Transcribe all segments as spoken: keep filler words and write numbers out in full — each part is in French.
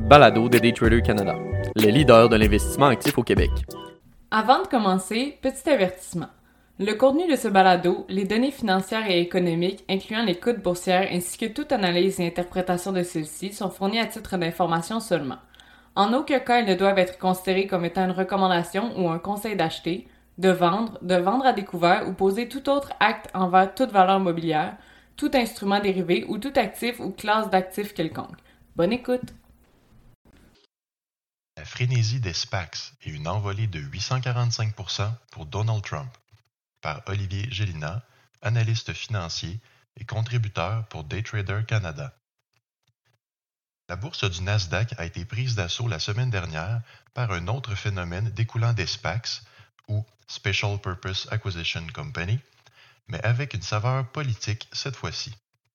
balado de Daytrader Canada, le leader de l'investissement actif au Québec. Avant de commencer, petit avertissement. Le contenu de ce balado, les données financières et économiques, incluant les cotes boursières ainsi que toute analyse et interprétation de celles-ci, sont fournis à titre d'information seulement. En aucun cas, elles ne doivent être considérées comme étant une recommandation ou un conseil d'acheter, de vendre, de vendre à découvert ou poser tout autre acte envers toute valeur mobilière, tout instrument dérivé ou tout actif ou classe d'actifs quelconque. Bonne écoute! La frénésie des SPACs et une envolée de huit cent quarante-cinq pour cent pour Donald Trump, par Olivier Gélina, analyste financier et contributeur pour Daytrader Canada. La bourse du Nasdaq a été prise d'assaut la semaine dernière par un autre phénomène découlant des SPACs, ou Special Purpose Acquisition Company, mais avec une saveur politique cette fois-ci.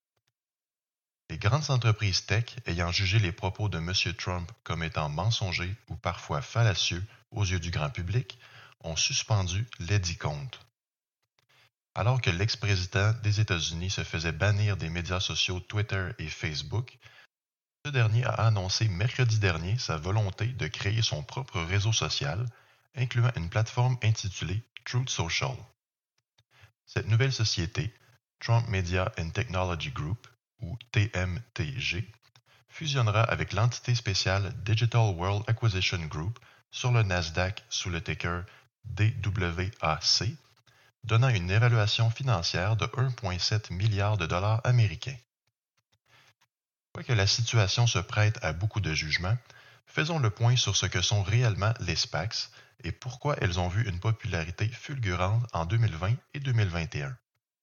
Les grandes entreprises tech ayant jugé les propos de M. Trump comme étant mensongers ou parfois fallacieux aux yeux du grand public ont suspendu lesdits comptes. Alors que l'ex-président des États-Unis se faisait bannir des médias sociaux Twitter et Facebook, ce dernier a annoncé mercredi dernier sa volonté de créer son propre réseau social, incluant une plateforme intitulée Truth Social. Cette nouvelle société, Trump Media and Technology Group, ou T M T G, fusionnera avec l'entité spéciale Digital World Acquisition Group sur le Nasdaq sous le ticker D W A C, donnant une évaluation financière de un virgule sept milliard de dollars américains. Quoique la situation se prête à beaucoup de jugements, faisons le point sur ce que sont réellement les SPACs et pourquoi elles ont vu une popularité fulgurante en deux mille vingt et deux mille vingt et un.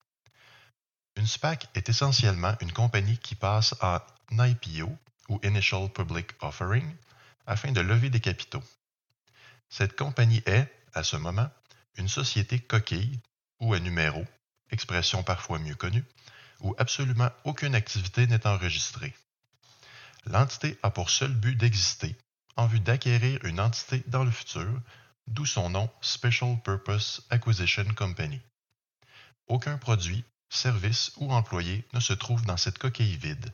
Une SPAC est essentiellement une compagnie qui passe en I P O, ou Initial Public Offering, afin de lever des capitaux. Cette compagnie est, à ce moment, une société coquille, ou à numéro, expression parfois mieux connue, où absolument aucune activité n'est enregistrée. L'entité a pour seul but d'exister, en vue d'acquérir une entité dans le futur, d'où son nom Special Purpose Acquisition Company. Aucun produit, service ou employé ne se trouve dans cette coquille vide.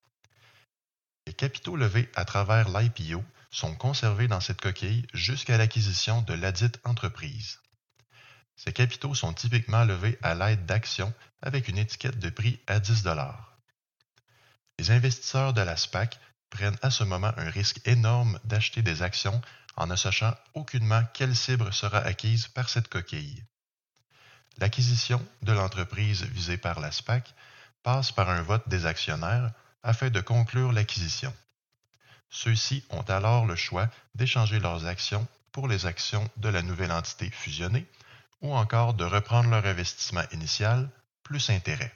Les capitaux levés à travers l'I P O sont conservés dans cette coquille jusqu'à l'acquisition de ladite entreprise. Ces capitaux sont typiquement levés à l'aide d'actions avec une étiquette de prix à dix dollars. Les investisseurs de la SPAC prennent à ce moment un risque énorme d'acheter des actions en ne sachant aucunement quelle cible sera acquise par cette coquille. L'acquisition de l'entreprise visée par la SPAC passe par un vote des actionnaires afin de conclure l'acquisition. Ceux-ci ont alors le choix d'échanger leurs actions pour les actions de la nouvelle entité fusionnée ou encore de reprendre leur investissement initial plus intérêt.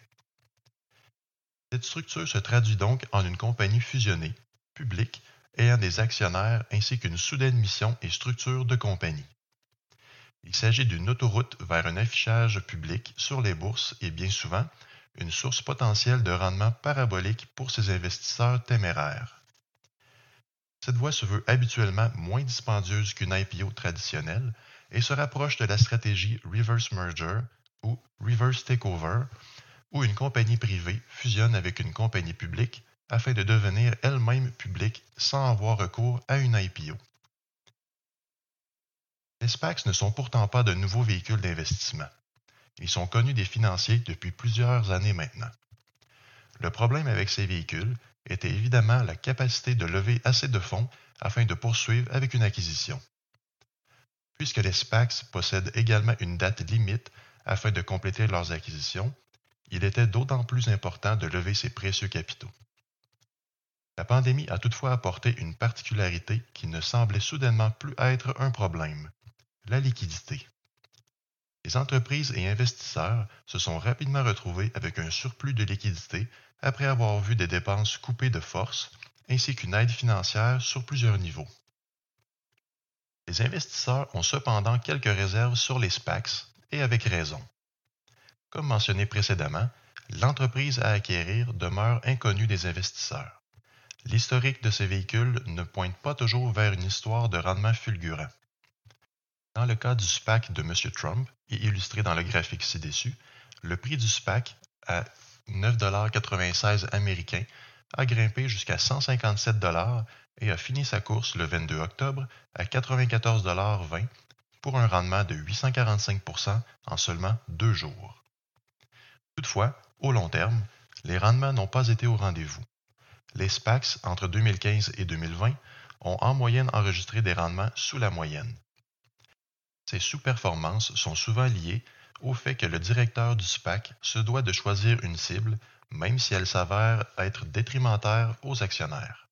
Cette structure se traduit donc en une compagnie fusionnée, publique, ayant des actionnaires ainsi qu'une soudaine mission et structure de compagnie. Il s'agit d'une autoroute vers un affichage public sur les bourses et bien souvent une source potentielle de rendement parabolique pour ces investisseurs téméraires. Cette voie se veut habituellement moins dispendieuse qu'une I P O traditionnelle et se rapproche de la stratégie Reverse Merger ou Reverse Takeover, où une compagnie privée fusionne avec une compagnie publique afin de devenir elle-même publique sans avoir recours à une I P O. Les SPACs ne sont pourtant pas de nouveaux véhicules d'investissement. Ils sont connus des financiers depuis plusieurs années maintenant. Le problème avec ces véhicules était évidemment la capacité de lever assez de fonds afin de poursuivre avec une acquisition. Puisque les SPACs possèdent également une date limite afin de compléter leurs acquisitions, il était d'autant plus important de lever ces précieux capitaux. La pandémie a toutefois apporté une particularité qui ne semblait soudainement plus être un problème: la liquidité. Les entreprises et investisseurs se sont rapidement retrouvés avec un surplus de liquidité après avoir vu des dépenses coupées de force, ainsi qu'une aide financière sur plusieurs niveaux. Les investisseurs ont cependant quelques réserves sur les SPACs, et avec raison. Comme mentionné précédemment, l'entreprise à acquérir demeure inconnue des investisseurs. L'historique de ces véhicules ne pointe pas toujours vers une histoire de rendement fulgurant. Dans le cas du SPAC de M. Trump, et illustré dans le graphique ci-dessus, le prix du SPAC à neuf virgule quatre-vingt-seize dollars américains a grimpé jusqu'à cent cinquante-sept dollars et a fini sa course le vingt-deux octobre à quatre-vingt-quatorze dollars vingt pour un rendement de huit cent quarante-cinq pour cent en seulement deux jours. Toutefois, au long terme, les rendements n'ont pas été au rendez-vous. Les SPACs entre deux mille quinze et deux mille vingt ont en moyenne enregistré des rendements sous la moyenne. Ces sous-performances sont souvent liées au fait que le directeur du SPAC se doit de choisir une cible, même si elle s'avère être détrimentaire aux actionnaires.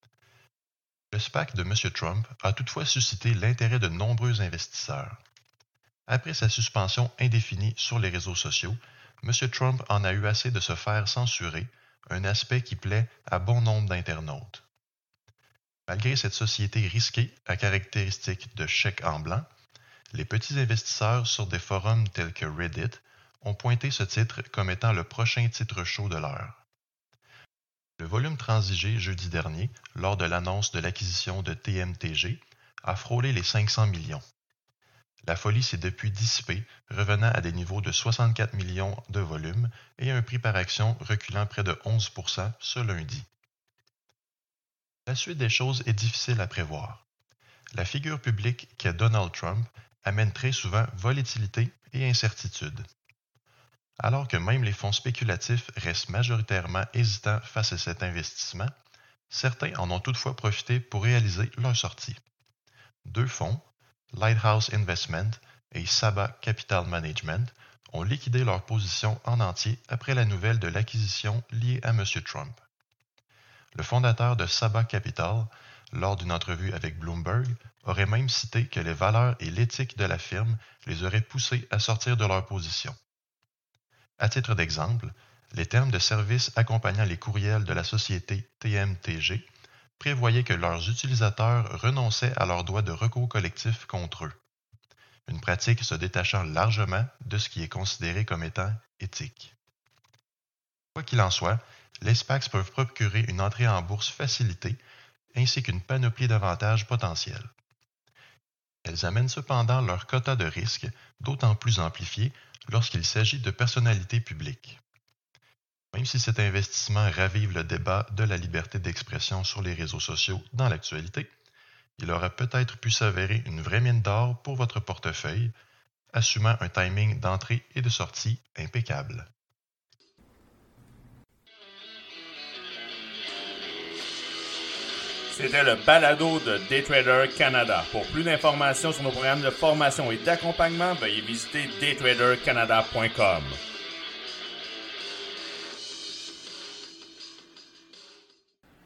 Le SPAC de M. Trump a toutefois suscité l'intérêt de nombreux investisseurs. Après sa suspension indéfinie sur les réseaux sociaux, M. Trump en a eu assez de se faire censurer, un aspect qui plaît à bon nombre d'internautes. Malgré cette société risquée à caractéristiques de chèque en blanc, les petits investisseurs sur des forums tels que Reddit ont pointé ce titre comme étant le prochain titre chaud de l'heure. Le volume transigé jeudi dernier, lors de l'annonce de l'acquisition de T M T G, a frôlé les cinq cents millions. La folie s'est depuis dissipée, revenant à des niveaux de soixante-quatre millions de volume et un prix par action reculant près de onze pour cent ce lundi. La suite des choses est difficile à prévoir. La figure publique qu'est Donald Trump amène très souvent volatilité et incertitude. Alors que même les fonds spéculatifs restent majoritairement hésitants face à cet investissement, certains en ont toutefois profité pour réaliser leur sortie. Deux fonds, Lighthouse Investment et Saba Capital Management, ont liquidé leur position en entier après la nouvelle de l'acquisition liée à M. Trump. Le fondateur de Saba Capital, lors d'une entrevue avec Bloomberg, aurait même cité que les valeurs et l'éthique de la firme les auraient poussés à sortir de leur position. À titre d'exemple, les termes de service accompagnant les courriels de la société T M T G prévoyaient que leurs utilisateurs renonçaient à leur droit de recours collectif contre eux, une pratique se détachant largement de ce qui est considéré comme étant éthique. Quoi qu'il en soit, les SPACs peuvent procurer une entrée en bourse facilitée ainsi qu'une panoplie d'avantages potentiels. Elles amènent cependant leur quota de risque d'autant plus amplifié lorsqu'il s'agit de personnalités publiques. Même si cet investissement ravive le débat de la liberté d'expression sur les réseaux sociaux dans l'actualité, il aurait peut-être pu s'avérer une vraie mine d'or pour votre portefeuille, assumant un timing d'entrée et de sortie impeccable. C'était le balado de Daytrader Canada. Pour plus d'informations sur nos programmes de formation et d'accompagnement, veuillez visiter daytrader canada point com.